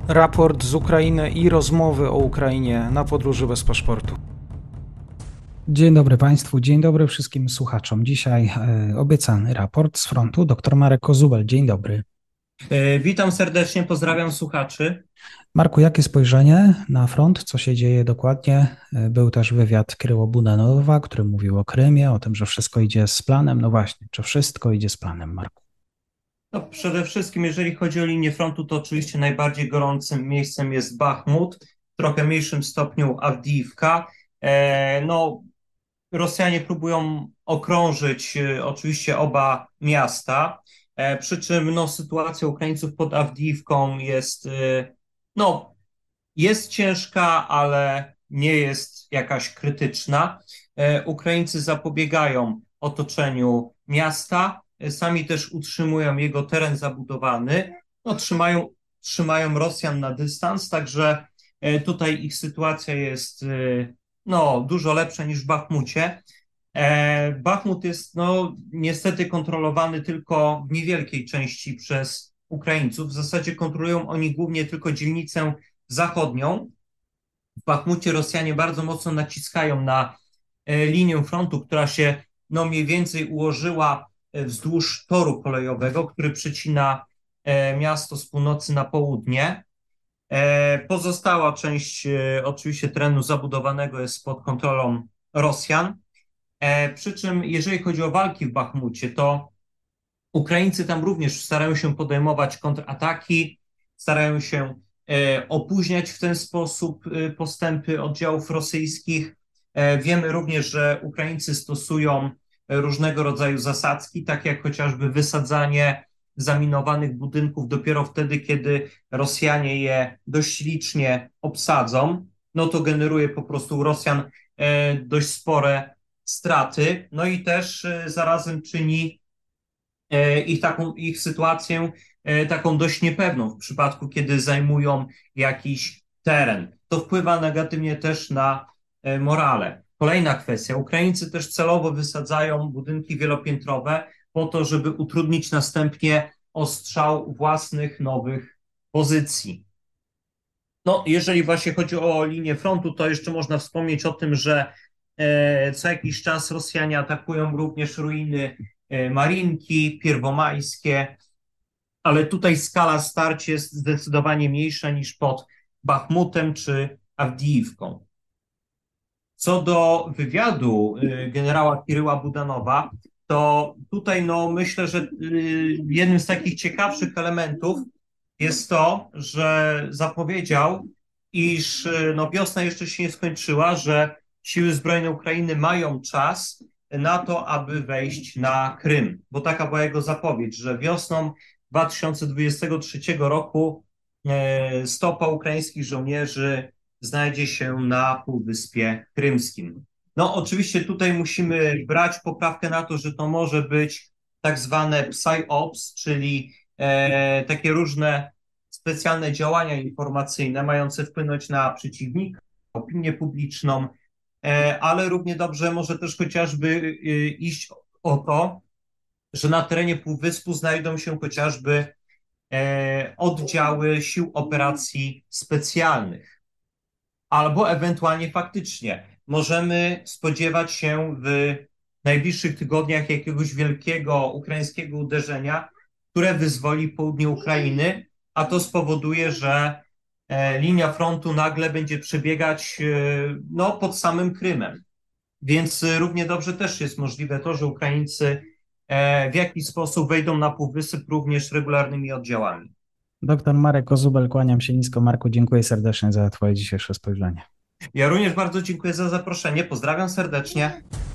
Raport z Ukrainy i rozmowy o Ukrainie na podróży bez paszportu. Dzień dobry Państwu, dzień dobry wszystkim słuchaczom. Dzisiaj obiecany raport z frontu. Dr Marek Kozubel, dzień dobry. Witam serdecznie, pozdrawiam słuchaczy. Marku, jakie spojrzenie na front? Co się dzieje dokładnie? Był też wywiad Kryło-Budanowa, który mówił o Krymie, o tym, że wszystko idzie z planem. No właśnie, czy wszystko idzie z planem, Marku? No, przede wszystkim, jeżeli chodzi o linię frontu, to oczywiście najbardziej gorącym miejscem jest Bachmut, w trochę mniejszym stopniu Awdijiwka. No, Rosjanie próbują okrążyć oczywiście oba miasta, przy czym no, sytuacja Ukraińców pod Awdijiwką no, jest ciężka, ale nie jest jakaś krytyczna. Ukraińcy zapobiegają otoczeniu miasta, sami też utrzymują jego teren zabudowany, no, trzymają Rosjan na dystans, także tutaj ich sytuacja jest no, dużo lepsza niż w Bachmucie. Bachmut jest no, niestety kontrolowany tylko w niewielkiej części przez Ukraińców. W zasadzie kontrolują oni głównie tylko dzielnicę zachodnią. W Bachmucie Rosjanie bardzo mocno naciskają na linię frontu, która się no, mniej więcej ułożyła wzdłuż toru kolejowego, który przecina miasto z północy na południe. Pozostała część oczywiście terenu zabudowanego jest pod kontrolą Rosjan. Przy czym jeżeli chodzi o walki w Bachmucie, to Ukraińcy tam również starają się podejmować kontrataki, starają się opóźniać w ten sposób postępy oddziałów rosyjskich. Wiemy również, że Ukraińcy stosują różnego rodzaju zasadzki, takie jak chociażby wysadzanie zaminowanych budynków dopiero wtedy, kiedy Rosjanie je dość licznie obsadzą. No to generuje po prostu u Rosjan dość spore straty, no i też zarazem czyni ich sytuację taką dość niepewną w przypadku, kiedy zajmują jakiś teren. To wpływa negatywnie też na morale. Kolejna kwestia. Ukraińcy też celowo wysadzają budynki wielopiętrowe po to, żeby utrudnić następnie ostrzał własnych nowych pozycji. No, jeżeli właśnie chodzi o linię frontu, to jeszcze można wspomnieć o tym, że co jakiś czas Rosjanie atakują również ruiny Marinki, Pierwomajskie, ale tutaj skala starć jest zdecydowanie mniejsza niż pod Bachmutem czy Awdijiwką. Co do wywiadu generała Kiryła Budanowa, to tutaj no, myślę, że jednym z takich ciekawszych elementów jest to, że zapowiedział, iż no, wiosna jeszcze się nie skończyła, że siły zbrojne Ukrainy mają czas na to, aby wejść na Krym, bo taka była jego zapowiedź, że wiosną 2023 roku stopa ukraińskich żołnierzy znajdzie się na Półwyspie Krymskim. No oczywiście tutaj musimy brać poprawkę na to, że to może być tak zwane PSYOPS, czyli takie różne specjalne działania informacyjne mające wpłynąć na przeciwnika, opinię publiczną, ale równie dobrze może też chociażby iść o to, że na terenie Półwyspu znajdą się chociażby oddziały sił operacji specjalnych. Albo ewentualnie faktycznie możemy spodziewać się w najbliższych tygodniach jakiegoś wielkiego ukraińskiego uderzenia, które wyzwoli południe Ukrainy, a to spowoduje, że linia frontu nagle będzie przebiegać no, pod samym Krymem. Więc równie dobrze też jest możliwe to, że Ukraińcy w jakiś sposób wejdą na Półwysep również regularnymi oddziałami. Dr Marek Kozubel, kłaniam się nisko. Marku, dziękuję serdecznie za Twoje dzisiejsze spojrzenie. Ja również bardzo dziękuję za zaproszenie. Pozdrawiam serdecznie.